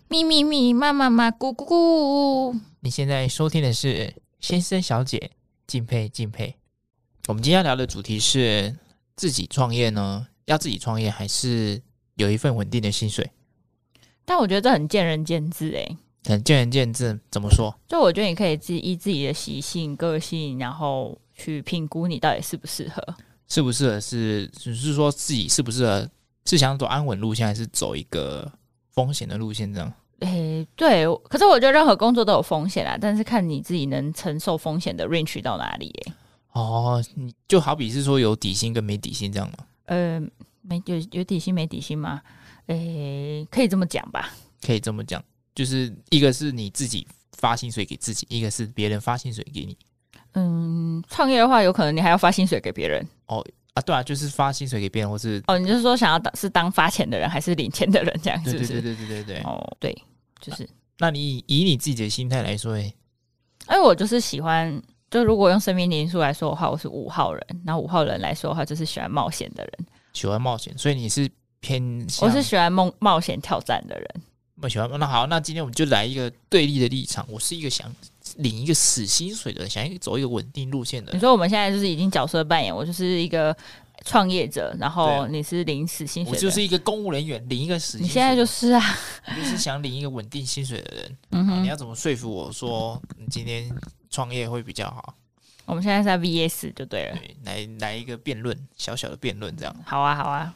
咪咪咪，妈妈妈，咕咕咕。 你现在收听的是先生小姐敬佩敬佩。我们今天要聊的主题是自己创业呢，要自己创业还是有一份稳定的薪水？ 但我觉得这很见仁见智很见仁见智，怎么说？ 就我觉得你可以依自己的习性、个性，然后去评估你到底适不适合。 适不适合是说自己适不适合，是想走安稳路线，还是走一个风险的路线这样？ 对，可是我觉得任何工作都有风险啦，但是看你自己能承受风险的 range 到哪里你就好比是说有底薪跟没底薪这样吗？ 有底薪没底薪吗？可以这么讲吧。 可以这么讲，就是一个是你自己发薪水给自己，一个是别人发薪水给你。 创业的话，有可能你还要发薪水给别人。 对啊，就是发薪水给别人，或是你就是说想要是当发钱的人，还是领钱的人这样子？是不是？ 对。 对，就是。 那你以你自己的心态来说，因为我就是喜欢，就如果用生命灵数来说的话，我是5号人，然后5号人来说的话，就是喜欢冒险的人。喜欢冒险，所以你是偏向我是喜欢冒险挑战的人。 喜欢。那好，那今天我们就来一个对立的立场。我是一个想领一个死薪水的人，想走一个稳定路线的人。 你说我们现在就是已经角色扮演，我就是一个创业者，然后你是领死薪水的人， 我就是一个公务人员，领一个死薪水的人。 你现在就是啊， 你就是想领一个稳定薪水的人。你要怎么说服我说你今天创业会比较好？ 我们现在是在 VS 就对了。 对，来一个辩论，小小的辩论这样。 好啊。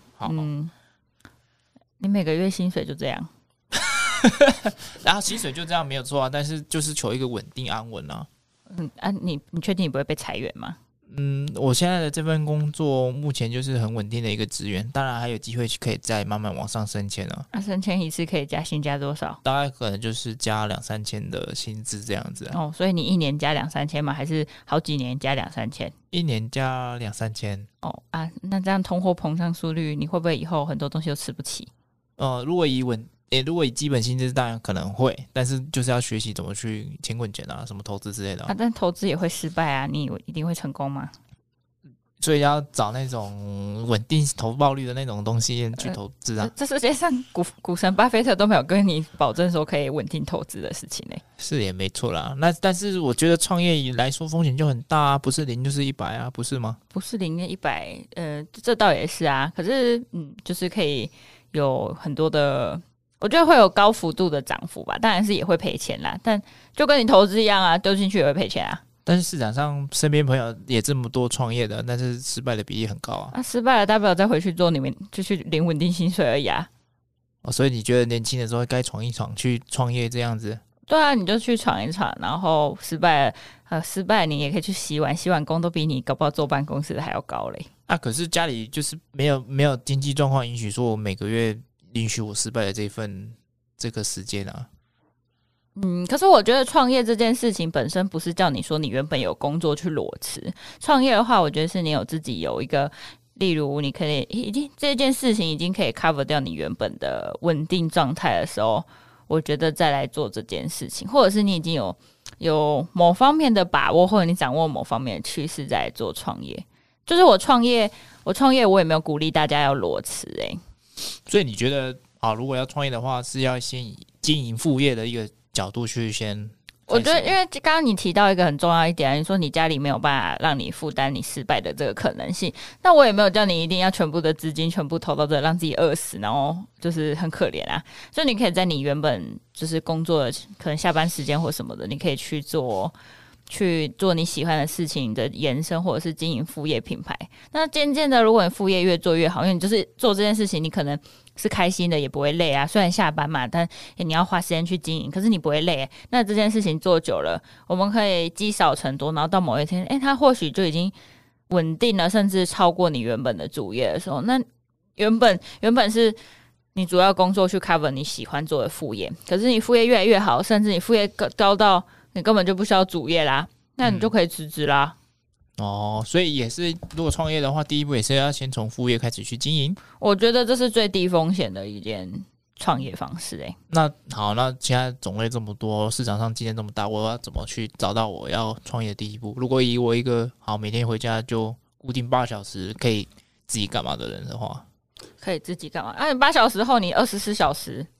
你每个月薪水就这样。 然后薪水就这样没有错啊，但是就是求一个稳定安稳啊。 你确定你不会被裁员吗？ 我现在的这份工作目前就是很稳定的一个职员，当然还有机会可以再慢慢往上升迁啊。 升迁一次可以加薪加多少？ 大概可能就是加2-3千的薪资这样子啊。 所以你一年加2-3千吗？还是好几年加2-3千？ 一年加2-3千。 那这样通货膨胀速率，你会不会以后很多东西都吃不起？ 如果以基本薪资当然可能会，但是就是要学习怎么去钱滚钱啊，什么投资之类的但投资也会失败啊，你一定会成功吗？ 所以要找那种稳定投报率的那种东西去投资啊。 这世界上股神巴菲特都没有跟你保证说可以稳定投资的事情是也没错啦。但是我觉得创业来说风险就很大啊，不是0就是100啊，不是吗？ 不是0跟100，这倒也是啊。可是就是可以有很多的。我觉得会有高幅度的涨幅吧，当然是也会赔钱啦，但就跟你投资一样啊，丢进去也会赔钱啊。 但是市场上身边朋友也这么多创业的，但是失败的比例很高啊。 失败了大不了再回去做，你们就去领稳定薪水而已啊。 所以你觉得年轻的时候该闯一闯，去创业这样子？ 对啊，你就去闯一闯，然后失败了你也可以去洗碗工都比你搞不好坐办公室的还要高嘞。 可是家里就是没有经济状况允许说我每个月允许我失败的这个时间啊。 可是我觉得创业这件事情本身不是叫你说你原本有工作去裸辞。创业的话，我觉得是你有自己有一个，例如你可以已经这件事情已经可以 cover 掉你原本的稳定状态的时候，我觉得再来做这件事情，或者是你已经有某方面的把握，或者你掌握某方面的趋势在做创业。就是我创业我也没有鼓励大家要裸辞所以你觉得如果要创业的话，是要先以经营副业的一个角度去先？ 我觉得，因为刚刚你提到一个很重要一点，你说你家里没有办法让你负担你失败的这个可能性，那我也没有叫你一定要全部的资金全部投到这，让自己饿死，然后就是很可怜啊。所以你可以在你原本就是工作的可能下班时间或什么的，你可以去做你喜欢的事情的延伸，或者是经营副业品牌。那渐渐的，如果你副业越做越好，因为你就是做这件事情，你可能是开心的，也不会累啊。虽然下班嘛，但你要花时间去经营，可是你不会累。那这件事情做久了，我们可以积少成多，然后到某一天，它或许就已经稳定了，甚至超过你原本的主业的时候，那原本是你主要工作去 cover 你喜欢做的副业，可是你副业越来越好，甚至你副业高到你根本就不需要主业啦，那你就可以辞职啦。 所以也是，如果创业的话，第一步也是要先从副业开始去经营。 我觉得这是最低风险的一件创业方式那好，那现在种类这么多，市场上竞争这么大，我要怎么去找到我要创业的第一步？如果以我一个每天回家就固定8小时可以自己干嘛的人的话， 可以自己干嘛？你8小时后你24小时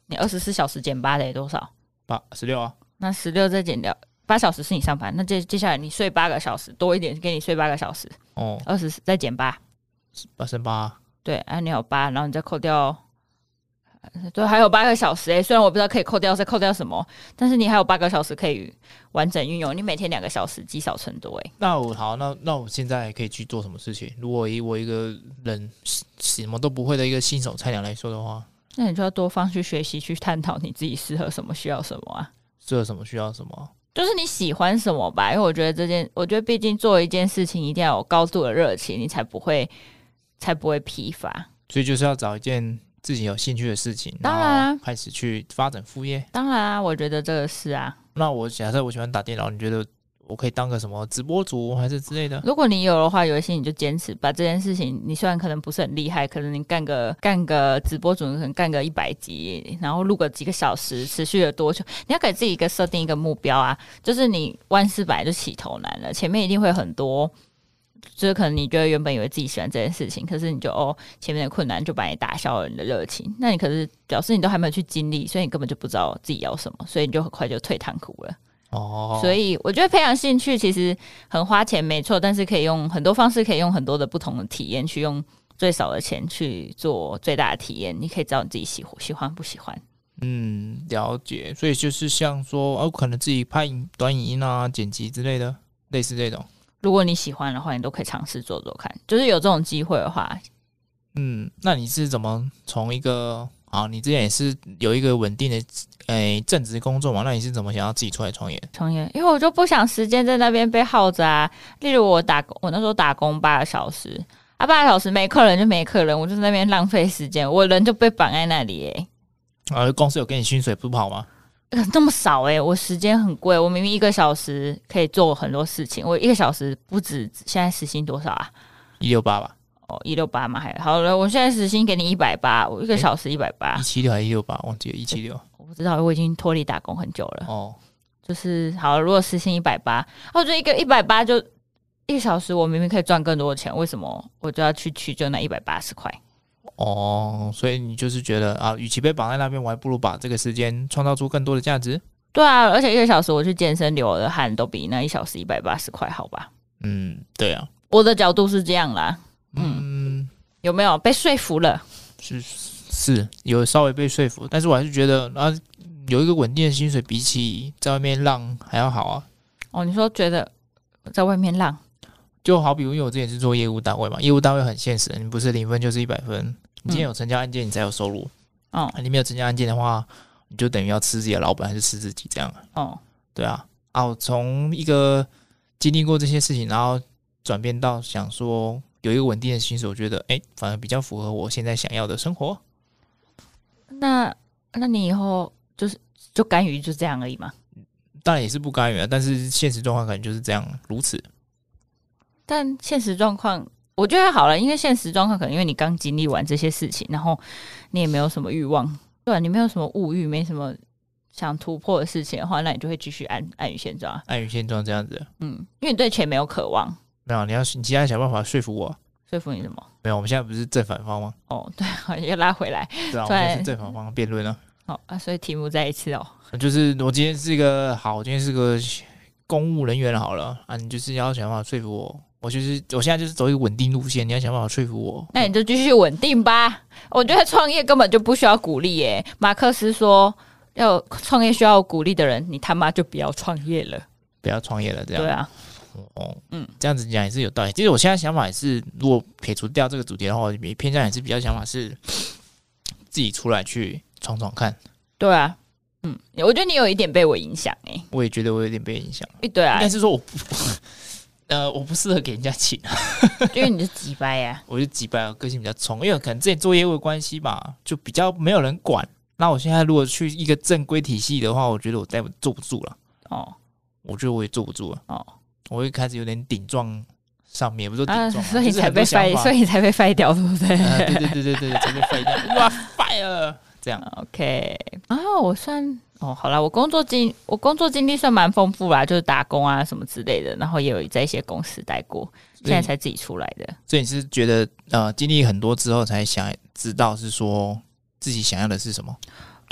你24小时减8等于多少 16啊。 那16再减掉8小时是你上班，那接下来你睡8个小时，多一点给你睡8个小时，20再减8 剩8， 对啊，你有8，然后你再扣掉，对，还有8个小时虽然我不知道可以扣掉什么，但是你还有8个小时可以完整运用，你每天2个小时积少成多那我现在可以去做什么事情？如果以我一个人什么都不会的一个新手菜鸟来说的话， 那你就要多方去学习，去探讨你自己适合什么，需要什么啊？ 适合什么需要什么， 就是你喜欢什么吧。因为我觉得毕竟做一件事情一定要有高度的热情，你才不会疲乏。 所以就是要找一件自己有兴趣的事情， 当然然后开始去发展副业。 当然啊，我觉得这个是啊。 那我假设我喜欢打电脑，你觉得我可以当个什么直播主还是之类的？ 如果你有的话，有一些你就坚持把这件事情，你虽然可能不是很厉害，可能你干个直播主，可能干个100集，然后录个几个小时，持续了多久？你要给自己设定一个目标啊，就是你万事本来就起头难了，前面一定会很多，就是可能你觉得原本以为自己喜欢这件事情，可是你就前面的困难就把你打消了你的热情，那你可是表示你都还没有去经历，所以你根本就不知道自己要什么，所以你就很快就退堂鼓了。所以我觉得培养兴趣其实很花钱没错，但是可以用很多方式，可以用很多的不同的体验，去用最少的钱去做最大的体验，你可以知道你自己喜欢不喜欢。 了解。所以就是像说可能自己拍短影音啊、剪辑之类的，类似这种。 如果你喜欢的话，你都可以尝试做做看，就是有这种机会的话。 那你是怎么从一个你之前也是有一个稳定的正职工作嘛？那你是怎么想要自己出来创业？ 因为我就不想时间在那边被耗着啊。例如我那时候打工8个小时8个小时没客人就没客人，我就在那边浪费时间，我人就被绑在那里公司有给你薪水不跑吗？ 那么少我时间很贵，我明明1个小时可以做很多事情，我1个小时不止，现在时薪多少啊 ？168吧。 168嘛，好了，我现在时薪给你180，我1个小时180，176 还是168，忘记了176， 我不知道，我已经脱离打工很久了。就是好了，如果时薪180，我觉得一个180就1个小时，我明明可以赚更多的钱，为什么我就要去取就那180块？ 所以你就是觉得与其被绑在那边，我还不如把这个时间创造出更多的价值。 对啊，而且1个小时我去健身流的汗都比那1小时180块好吧？ 对啊， 我的角度是这样啦。有没有被说服了？ 是有稍微被说服，但是我还是觉得有一个稳定的薪水，比起在外面浪还要好啊。 你说觉得在外面浪？ 就好比因为我之前是做业务单位嘛，业务单位很现实，你不是0分就是100分，你今天有成交案件你才有收入，你没有成交案件的话，你就等于要吃自己的老板还是吃自己这样对啊。我从一个经历过这些事情，然后转变到想说有一个稳定的薪水，我觉得反而比较符合我现在想要的生活。 那你以后就甘于就这样而已吗？ 当然也是不甘于但是现实状况可能就是这样如此。 但现实状况我觉得好了，因为现实状况可能因为你刚经历完这些事情，然后你也没有什么欲望，对你没有什么物欲，没什么想突破的事情的话，那你就会继续安于现状。安于现状这样子。 因为你对钱没有渴望。 没有，你现在想办法说服我。 说服你什么？ 没有，我们现在不是正反方吗？ 对，要拉回来。 对啊，我们现在是正反方辩论所以题目再一次就是我今天是个公务人员好了你就是要想办法说服我。我现在就是走一个稳定路线，你要想办法说服我。 那你就继续稳定吧。我觉得创业根本就不需要鼓励马克思说，要创业需要鼓励的人，你他妈就不要创业了。 不要创业了，这样。 对啊。 这样子讲也是有道理。其实我现在想法也是，如果撇除掉这个主题的话，我偏向也是比较想法是自己出来去闯闯看。 对啊。我觉得你有一点被我影响我也觉得我有点被影响。 对啊。 应该是说我不适合给人家请因为你就急掰啊。 我就急掰，个性比较冲，因为可能之前做业务的关系吧，就比较没有人管。那我现在如果去一个正规体系的话，我觉得我坐不住了。我觉得我也坐不住了。我会开始有点顶撞上面，不是顶撞所以才被废，所以你才被废掉，对不对？ 对，才被废掉。哇，fire！这样 OK。我算好啦，我工作经历算蛮丰富啦，就是打工啊什么之类的，然后也有在一些公司待过，现在才自己出来的。 所以你是觉得经历很多之后才想知道是说自己想要的是什么？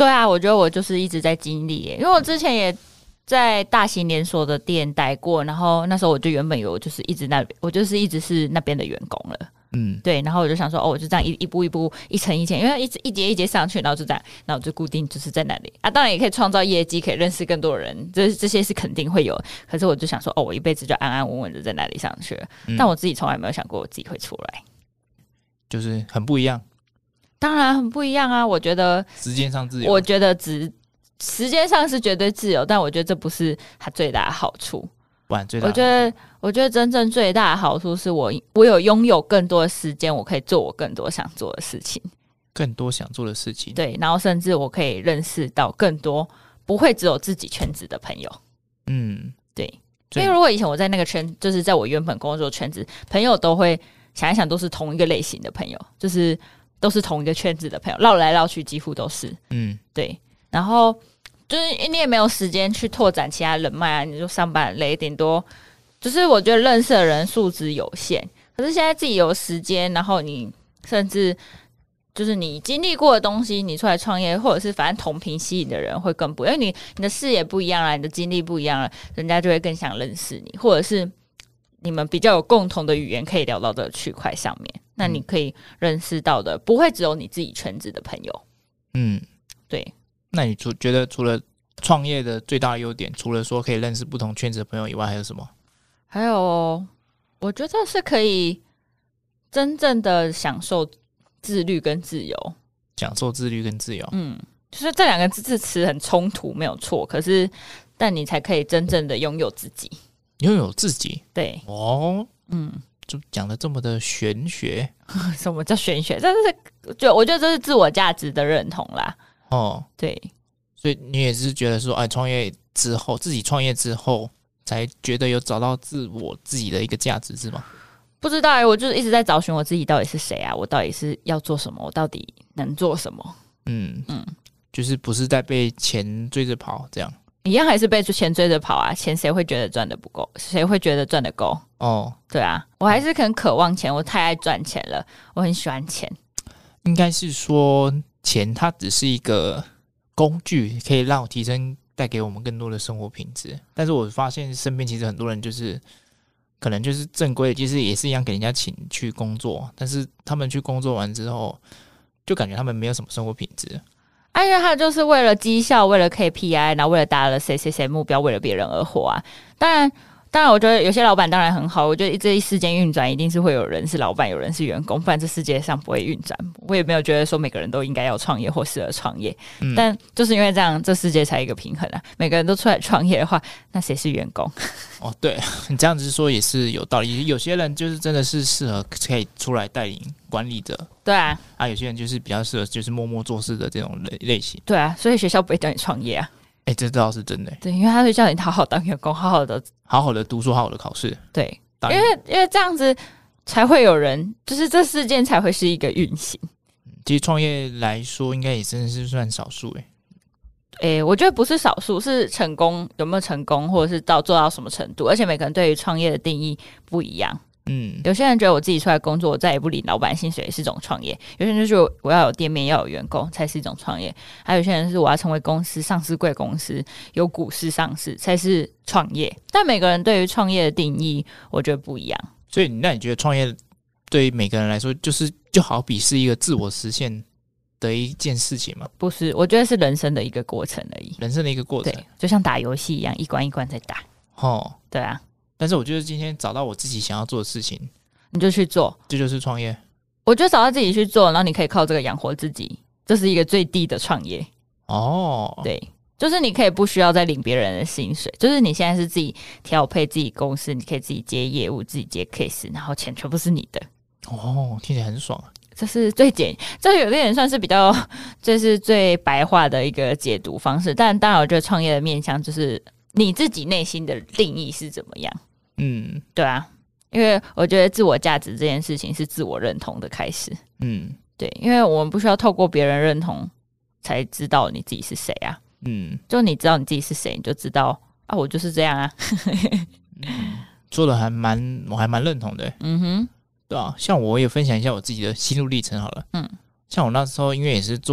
对啊，我觉得我就是一直在经历耶，因为我之前也在大型连锁的店待过，然后那时候我就原本我就是一直是那边的员工了。对，然后我就想说，我就这样一步一步一层一层，因为一节一节上去，然后就这样，然后我就固定就是在那里啊。当然也可以创造业绩，可以认识更多人，这些是肯定会有。可是我就想说，我一辈子就安安稳稳的在那里上去了。但我自己从来没有想过我自己会出来， 就是很不一样。 当然很不一样啊！我觉得时间上自由， 我觉得时间上是绝对自由，但我觉得这不是它最大的好处。我觉得真正最大的好处是我有拥有更多的时间，我可以做我更多想做的事情，对，然后甚至我可以认识到更多不会只有自己圈子的朋友。对，因为如果以前我在那个圈，就是在我原本工作圈子，朋友都会想一想都是同一个类型的朋友，就是都是同一个圈子的朋友，绕来绕去几乎都是。对，然后就是你也没有时间去拓展其他人脉啊，你就上班累，顶多就是我觉得认识的人素质有限。可是现在自己有时间，然后你甚至就是你经历过的东西，你出来创业，或者是反正同频吸引的人会更不，因为你的视野不一样了，你的经历不一样了，人家就会更想认识你，或者是你们比较有共同的语言可以聊到这个区块上面，那你可以认识到的不会只有你自己圈子的朋友。对。 那你觉得除了创业的最大的优点，除了说可以认识不同圈子的朋友以外，还有什么？ 还有，我觉得是可以真正的享受自律跟自由。 享受自律跟自由， 就是这两个字词很冲突，没有错。可是，但你才可以真正的拥有自己。 拥有自己， 对， 就讲的这么的玄学。 什么叫玄学？我觉得这是自我价值的认同啦。对， 所以你也是觉得说，创业之后，自己创业之后，才觉得有找到自己的一个价值，是吗？ 不知道我就是一直在找寻我自己到底是谁啊，我到底是要做什么，我到底能做什么？ 就是不是在被钱追着跑，这样一样还是被钱追着跑啊？钱谁会觉得赚的不够？谁会觉得赚的够？对啊，我还是很渴望钱，我太爱赚钱了，我很喜欢钱。 应该是说，钱它只是一个工具，可以让我提升，带给我们更多的生活品质。但是我发现身边其实很多人就是可能就是正规的，其实也是一样给人家请去工作，但是他们去工作完之后，就感觉他们没有什么生活品质。 因为他就是为了绩效，为了 KPI， 然后为了达了谁目标，为了别人而活啊。当然，我觉得有些老板当然很好。我觉得这一世间运转，一定是会有人是老板，有人是员工，不然这世界上不会运转。我也没有觉得说每个人都应该要创业或适合创业，但就是因为这样，这世界才一个平衡啊。每个人都出来创业的话，那谁是员工？ 对，你这样子说也是有道理。有些人就是真的是适合可以出来带领管理者， 对啊， 有些人就是比较适合就是默默做事的这种类型， 对啊，所以学校不会叫你创业啊。 这倒是真的。 对，因为他会叫你好好当员工，好好的读书，好好的考试。 对，因为这样子才会有人，就是这事件才会是一个运行。 其实创业来说，应该也真的是算少数。 我觉得不是少数，是成功有没有成功，或者是做到什么程度，而且每个人对于创业的定义不一样。有些人觉得我自己出来工作，我再也不领老板薪水也是一种创业；有些人就觉得我要有店面，要有员工才是一种创业；还有些人是我要成为公司上市贵公司，有股市上市才是创业。但每个人对于创业的定义，我觉得不一样。 所以，那你觉得创业对于每个人来说，就好比是一个自我实现的一件事情吗？ 不是，我觉得是人生的一个过程而已。 人生的一个过程， 对，就像打游戏一样，一关一关在打。对啊。 但是我觉得今天找到我自己想要做的事情， 你就去做， 这就是创业。 我觉得找到自己去做，然后你可以靠这个养活自己，这是一个最低的创业。对，就是你可以不需要再领别人的薪水，就是你现在是自己调配自己公司，你可以自己接业务，自己接 case， 然后钱全部是你的。 听起来很爽。 这是这有点算是比较，这是最白话的一个解读方式。但当然，我觉得创业的面向就是你自己内心的定义是怎么样。对啊，因为我觉得自我价值这件事情是自我认同的开始。对，因为我们不需要透过别人认同才知道你自己是谁啊。就你知道你自己是谁，你就知道我就是这样啊。 说的我还蛮认同的。对啊，像我也分享一下我自己的心路历程好了。像我那时候因为也是做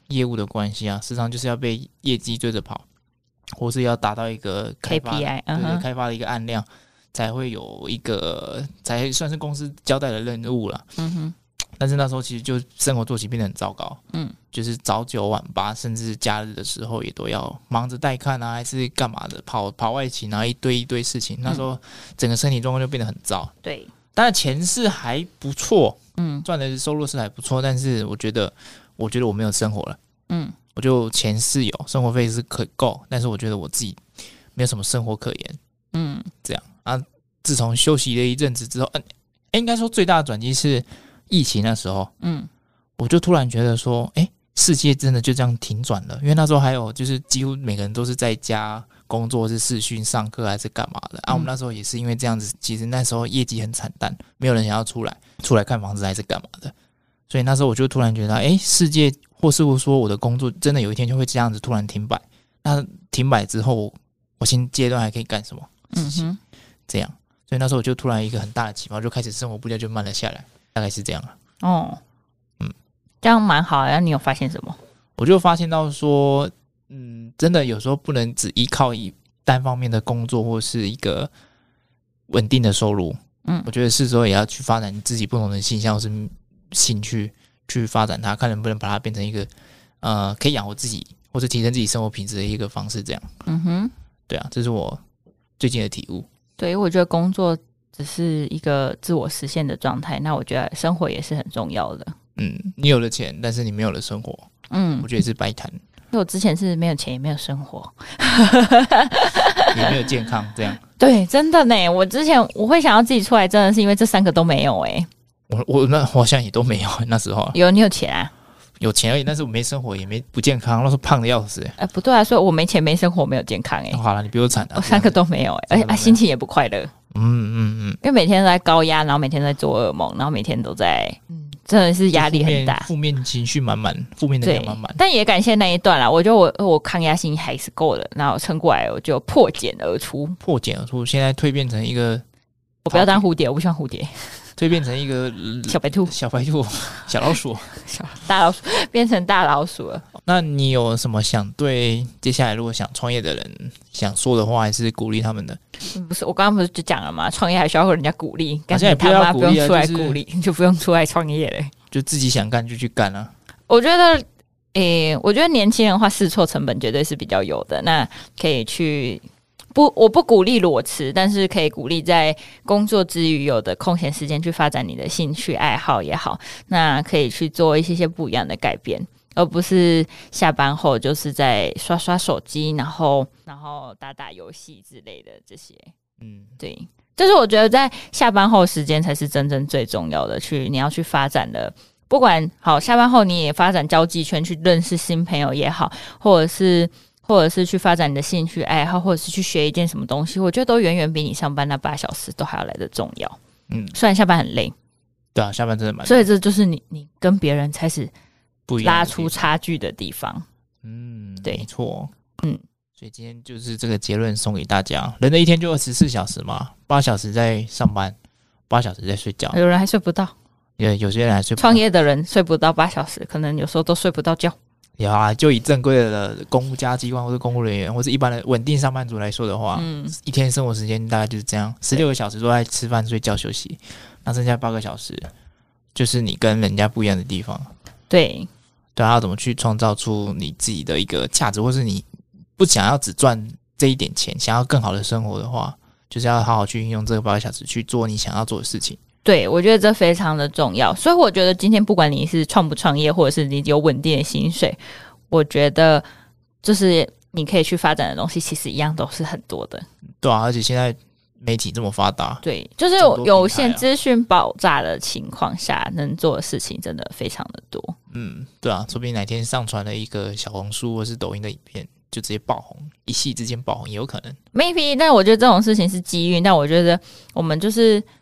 业务的关系啊，时常就是要被业绩追着跑，或是要达到一个开发 KPI， 对开发的一个案量，才会有一个才算是公司交代的任务啦。但是那时候其实就生活作息变得很糟糕，就是早9晚8，甚至假日的时候也都要忙着带看啊，还是干嘛的，跑外勤啊，一堆事情。那时候整个身体状况就变得很糟。 对， 当然钱是还不错，赚的收入是还不错，但是我觉得我没有生活了，我就钱是有，生活费是可够，但是我觉得我自己没有什么生活可言，这样啊。自从休息了一阵子之后，应该说最大的转机是疫情那时候，我就突然觉得说，世界真的就这样停转了，因为那时候还有就是几乎每个人都是在家工作，是视讯上课还是干嘛的啊？我们那时候也是因为这样子，其实那时候业绩很惨淡，没有人想要出来看房子还是干嘛的，所以那时候我就突然觉得，世界或是说我的工作真的有一天就会这样子突然停摆。那停摆之后，我新阶段还可以干什么事情？这样，所以那时候我就突然一个很大的启发，就开始生活步调就慢了下来，大概是这样了。 这样蛮好的。你有发现什么？ 我就发现到说，真的有时候不能只依靠单方面的工作或是一个稳定的收入。我觉得是时候也要去发展自己不同的兴向或是兴趣，去发展它，看能不能把它变成一个可以养活自己或是提升自己生活品质的一个方式。这样，对啊，这是我最近的体悟。对， 我觉得工作只是一个自我实现的状态，那我觉得生活也是很重要的。 你有了钱，但是你没有了生活，我觉得是白谈。 因为我之前是没有钱也没有生活也没有健康，这样。 对，真的呢。我之前我会想要自己出来，真的是因为这3个都没有。 我好像也都没有。那时候你有钱啊？ 有钱而已，但是我没生活，也没不健康，那时候胖的要死。 不对啊，所以我没钱没生活没有健康。 好了，你比我惨啊。 我3个都没有而且心情也不快乐。因为每天都在高压，然后每天都在做噩梦，然后每天都在真的是压力很大， 负面情绪满满，负面能量满满。 但也感谢那一段啦，我觉得我抗压性还是够的，然后撑过来，我就破茧而出。 现在蜕变成一个， 我不要当蝴蝶，我不喜欢蝴蝶。 蜕变成一个小白兔、 小老鼠、 大老鼠，变成大老鼠了。 那你有什么想对接下来如果想创业的人想说的话，还是鼓励他们的？ 不是，我刚刚不是就讲了吗？创业还需要人家鼓励， 现在不要不用出来鼓励，你就不用出来创业了， 就自己想干就去干啊。 我觉得年轻人的话，试错成本绝对是比较有的，那可以去。我不鼓励裸辞，但是可以鼓励在工作之余有的空闲时间去发展你的兴趣爱好也好，那可以去做一些不一样的改变，而不是下班后就是在刷刷手机，然后打游戏之类的这些。对，就是我觉得在下班后时间才是真正最重要的，你要去发展的。不管好下班后你也发展交际圈，去认识新朋友也好，或者是去发展你的兴趣爱好，或者是去学一件什么东西，我觉得都远远比你上班那8小时都还要来得重要。虽然下班很累， 对啊，下班真的蛮累， 所以这就是你跟别人开始拉出差距的地方。对， 没错。所以今天就是这个结论送给大家：人的一天就24小时嘛，8小时在上班，8小时在睡觉。 有人还睡不到， 有些人还睡不到。 创业的人睡不到8小时，可能有时候都睡不到觉。 有啊，就以正规的公家机关或者公务人员或是一般的稳定上班族来说的话，一天生活时间大概就是这样，16个小时都在吃饭、睡觉、休息，那剩下8个小时就是你跟人家不一样的地方。对，要怎么去创造出你自己的一个价值，或是你不想要只赚这一点钱，想要更好的生活的话，就是要好好去运用这个8个小时去做你想要做的事情。 对，我觉得这非常的重要，所以我觉得今天不管你是创不创业，或者是你有稳定的薪水，我觉得就是你可以去发展的东西，其实一样都是很多的。对啊，而且现在媒体这么发达，对，就是有限资讯爆炸的情况下，能做的事情真的非常的多。对啊，说不定哪天上传了一个小红书或是抖音的影片，就直接爆红，一夕之间爆红也有可能。maybe， 但我觉得这种事情是机遇，但我觉得我们就是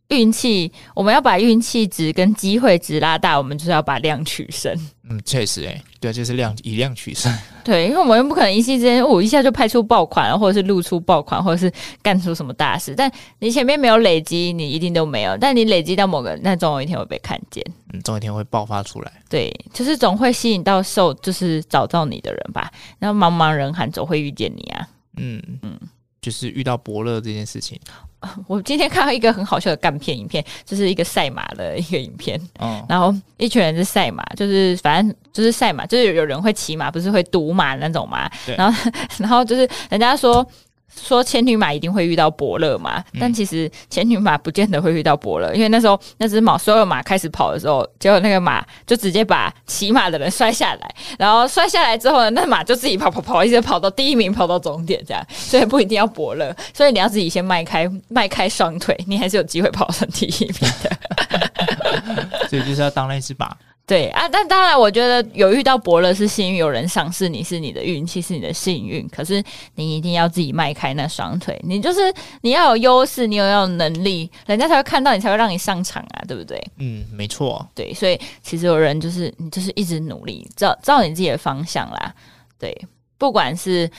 运气，我们要把运气值跟机会值拉大，我们就是要把量取胜。 确实对，就是以量取胜。 对，因为我们又不可能一夕之间，一下就派出爆款，或者是露出爆款，或者是干出什么大事。但你前面没有累积，你一定都没有。但你累积到某个，那总有一天会被看见。 总有一天会爆发出来。 对，就是总会吸引到就是找到你的人吧。然后茫茫人海总会遇见你啊。 就是遇到伯乐这件事情。 我今天看到一个很好笑的干片影片，就是一个赛马的一个影片，然后一群人是赛马，就是反正就是赛马，就是有人会骑马，不是会赌马那种嘛，然后就是人家说千女马一定会遇到伯乐嘛，但其实千女马不见得会遇到伯乐，因为那时候那只马所有马开始跑的时候，结果那个马就直接把骑马的人摔下来，然后摔下来之后呢，那马就自己跑，一直跑到第一名，跑到终点这样，所以不一定要伯乐，所以你要自己先迈开双腿，你还是有机会跑上第一名的。 所以就是要当那只马。 对啊，但当然，我觉得有遇到伯乐是幸运，有人赏识你是你的运气，是你的幸运。可是你一定要自己迈开那双腿，你要有优势，你要有能力，人家才会看到你，才会让你上场啊，对不对？ 没错。 对，所以其实有人你就是一直努力，照你自己的方向啦。对，不管是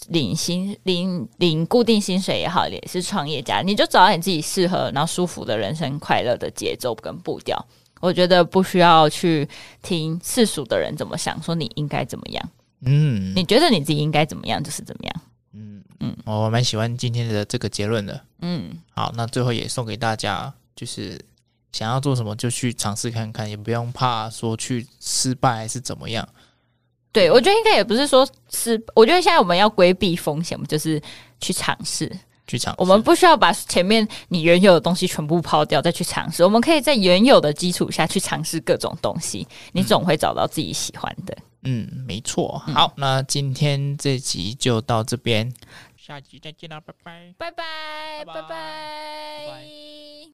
领固定薪水也好，也是创业家，你就找到你自己适合然后舒服的人生、快乐的节奏跟步调。我觉得不需要去听世俗的人怎么想，说你应该怎么样。你觉得你自己应该怎么样就是怎么样。 我蛮喜欢今天的这个结论的。好，那最后也送给大家，就是想要做什么就去尝试看看，也不用怕说去失败还是怎么样。 对，我觉得应该也不是说我觉得现在我们要规避风险，我们就是去尝试。我们不需要把前面你原有的东西全部抛掉再去尝试，我们可以在原有的基础下去尝试各种东西，你总会找到自己喜欢的。 没错。好，那今天这集就到这边，下集再见啦，拜拜， 拜拜，拜拜。